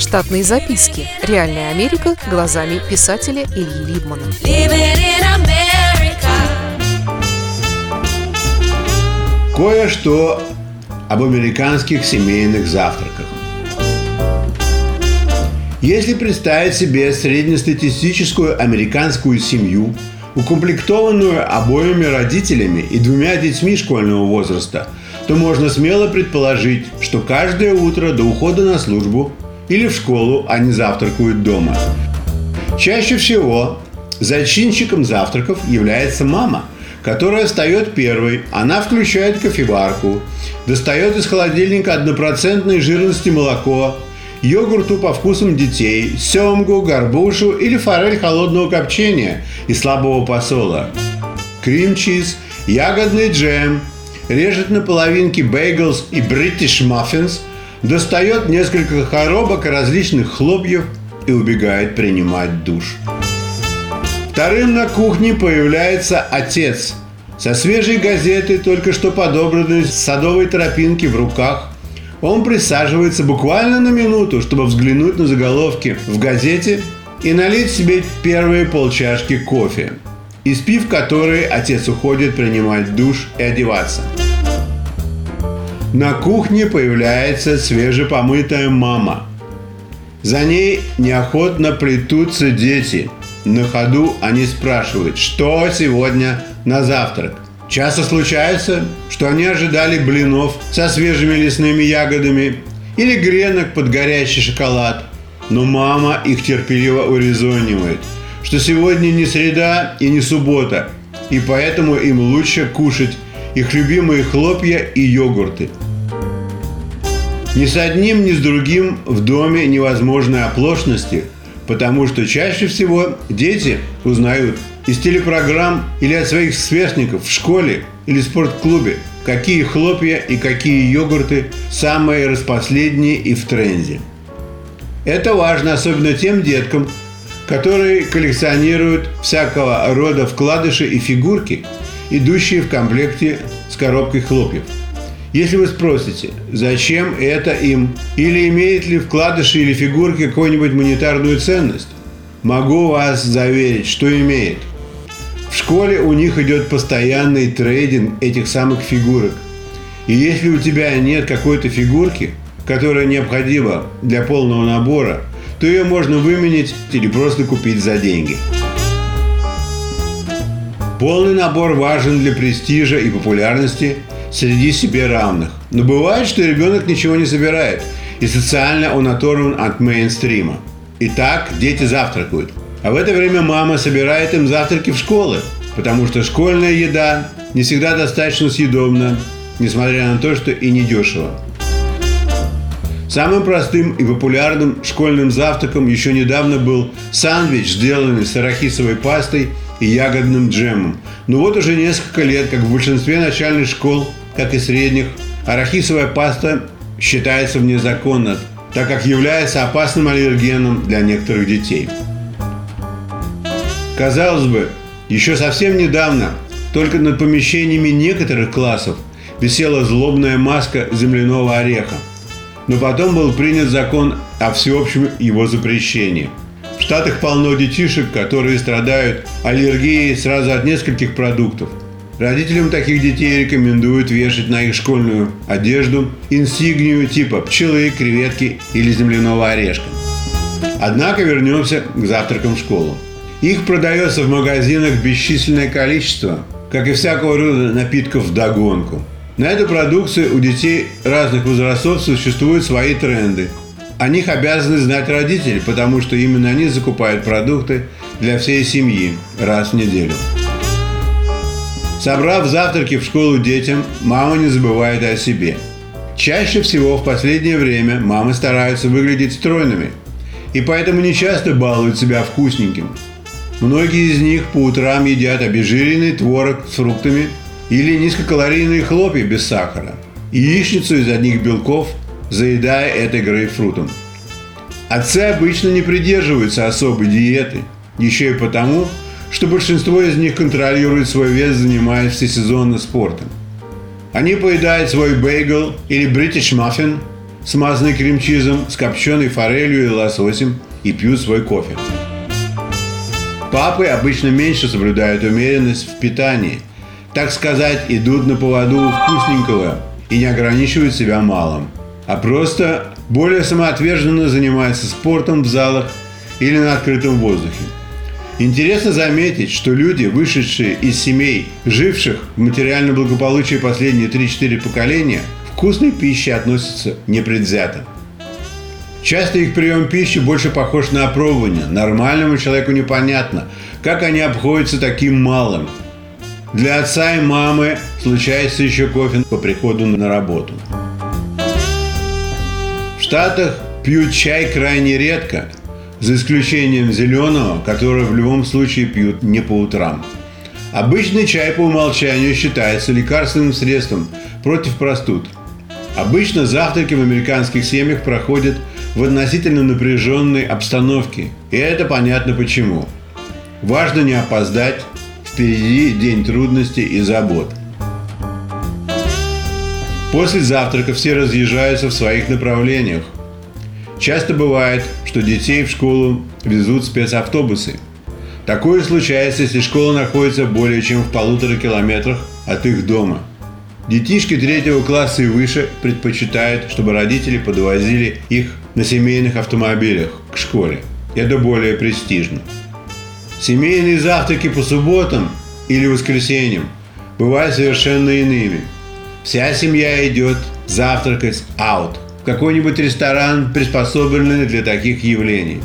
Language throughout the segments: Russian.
Штатные записки. Реальная Америка глазами писателя Ильи Либмана. Кое-что об американских семейных завтраках. Если представить себе среднестатистическую американскую семью, укомплектованную обоими родителями и 2 детьми школьного возраста, то можно смело предположить, что каждое утро до ухода на службу или в школу они завтракают дома. Чаще всего зачинщиком завтраков является мама, которая встает первой. Она включает кофеварку, достает из холодильника 1% жирности молоко, йогурту по вкусам детей, семгу, горбушу или форель холодного копчения и слабого посола, крем-чиз, ягодный джем, режет на половинки бейглс и бритиш маффинс, достает несколько коробок различных хлопьев и убегает принимать душ. Вторым на кухне появляется отец со свежей газетой, только что подобранной с садовой тропинки в руках. Он присаживается буквально на минуту, чтобы взглянуть на заголовки в газете и налить себе первые полчашки кофе, испив которые отец уходит принимать душ и одеваться. На кухне появляется свежепомытая мама. За ней неохотно плетутся дети. На ходу они спрашивают, что сегодня на завтрак. Часто случается, что они ожидали блинов со свежими лесными ягодами или гренок под горячий шоколад. Но мама их терпеливо урезонивает, что сегодня не среда и не суббота, и поэтому им лучше кушать их любимые хлопья и йогурты. Ни с одним, ни с другим в доме невозможны оплошности, потому что чаще всего дети узнают из телепрограмм или от своих сверстников в школе или спортклубе, какие хлопья и какие йогурты самые распоследние и в тренде. Это важно особенно тем деткам, которые коллекционируют всякого рода вкладыши и фигурки, идущие в комплекте с коробкой хлопьев. Если вы спросите, зачем это им, или имеет ли вкладыши или фигурки какую-нибудь монетарную ценность, могу вас заверить, что имеет. В школе у них идет постоянный трейдинг этих самых фигурок. И если у тебя нет какой-то фигурки, которая необходима для полного набора, то ее можно выменять или просто купить за деньги. Полный набор важен для престижа и популярности среди себе равных. Но бывает, что ребенок ничего не собирает, и социально он оторван от мейнстрима. Итак, дети завтракают. А в это время мама собирает им завтраки в школы, потому что школьная еда не всегда достаточно съедобна, несмотря на то, что и недешево. Самым простым и популярным школьным завтраком еще недавно был сандвич, сделанный с арахисовой пастой и ягодным джемом. Но вот уже несколько лет, как в большинстве начальных школ, как и средних, арахисовая паста считается вне закона, так как является опасным аллергеном для некоторых детей. Казалось бы, еще совсем недавно только над помещениями некоторых классов висела злобная маска земляного ореха. Но потом был принят закон о всеобщем его запрещении. В Штатах полно детишек, которые страдают аллергией сразу от нескольких продуктов. Родителям таких детей рекомендуют вешать на их школьную одежду инсигнию типа пчелы, креветки или земляного орешка. Однако вернемся к завтракам в школу. Их продается в магазинах бесчисленное количество, как и всякого рода напитков вдогонку. На эту продукцию у детей разных возрастов существуют свои тренды. О них обязаны знать родители, потому что именно они закупают продукты для всей семьи раз в неделю. Собрав завтраки в школу детям, мама не забывает о себе. Чаще всего в последнее время мамы стараются выглядеть стройными, и поэтому не часто балуют себя вкусненьким. Многие из них по утрам едят обезжиренный творог с фруктами или низкокалорийные хлопья без сахара, и яичницу из одних белков, заедая это грейпфрутом. Отцы обычно не придерживаются особой диеты, еще и потому, что большинство из них контролирует свой вес, занимаясь всесезонно спортом. Они поедают свой бейгл или бритиш маффин смазанный крем-чизом, с копченой форелью и лососем, и пьют свой кофе. Папы обычно меньше соблюдают умеренность в питании, так сказать, идут на поводу у вкусненького и не ограничивают себя малым, а просто более самоотверженно занимаются спортом в залах или на открытом воздухе. Интересно заметить, что люди, вышедшие из семей, живших в материальном благополучии последние 3-4 поколения, к вкусной пище относятся непредвзято. Часто их прием пищи больше похож на опробование. Нормальному человеку непонятно, как они обходятся таким малым. Для отца и мамы случается еще кофе по приходу на работу. В Штатах пьют чай крайне редко, за исключением зеленого, который в любом случае пьют не по утрам. Обычный чай по умолчанию считается лекарственным средством против простуд. Обычно завтраки в американских семьях проходят в относительно напряженной обстановке, и это понятно почему. Важно не опоздать, впереди день трудностей и забот. После завтрака все разъезжаются в своих направлениях. Часто бывает, что детей в школу везут спецавтобусы. Такое случается, если школа находится более чем в 1,5 километрах от их дома. Детишки 3 класса и выше предпочитают, чтобы родители подвозили их на семейных автомобилях к школе. Это более престижно. Семейные завтраки по субботам или воскресеньям бывают совершенно иными. Вся семья идет завтракать out, в какой-нибудь ресторан, приспособленный для таких явлений.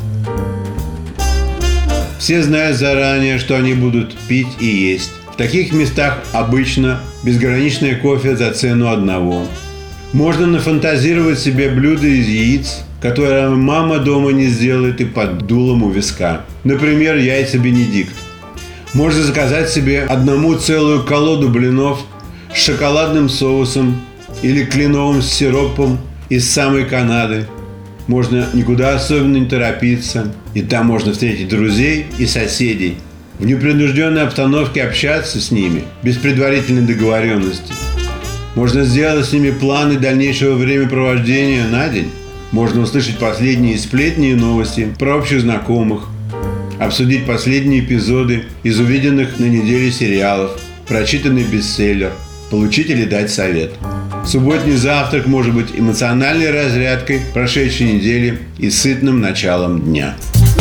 Все знают заранее, что они будут пить и есть. В таких местах обычно безграничное кофе за цену одного. Можно нафантазировать себе блюдо из яиц, которое мама дома не сделает и под дулом у виска. Например, яйца Бенедикт. Можно заказать себе одному целую колоду блинов с шоколадным соусом или кленовым сиропом из самой Канады. Можно никуда особенно не торопиться, и там можно встретить друзей и соседей. В непринужденной обстановке общаться с ними, без предварительной договоренности. Можно сделать с ними планы дальнейшего времяпровождения на день. Можно услышать последние сплетни и новости про общих знакомых. Обсудить последние эпизоды из увиденных на неделе сериалов, прочитанный бестселлер, получить или дать совет. Субботний завтрак может быть эмоциональной разрядкой прошедшей недели и сытным началом дня.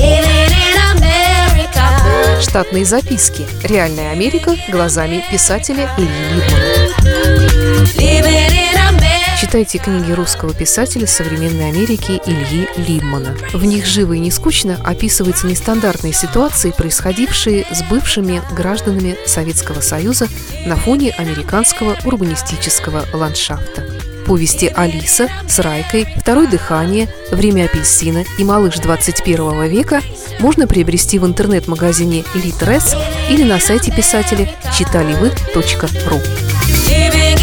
Штатные записки. Реальная Америка глазами писателя Ильи Либмана. Читайте книги русского писателя современной Америки Ильи Либмана. В них живо и не скучно описываются нестандартные ситуации, происходившие с бывшими гражданами Советского Союза на фоне американского урбанистического ландшафта. Повести «Алиса» с Райкой, «Второе дыхание», «Время апельсина» и «Малыш 21 века» можно приобрести в интернет-магазине Литрес или на сайте писателя читаливы.ру.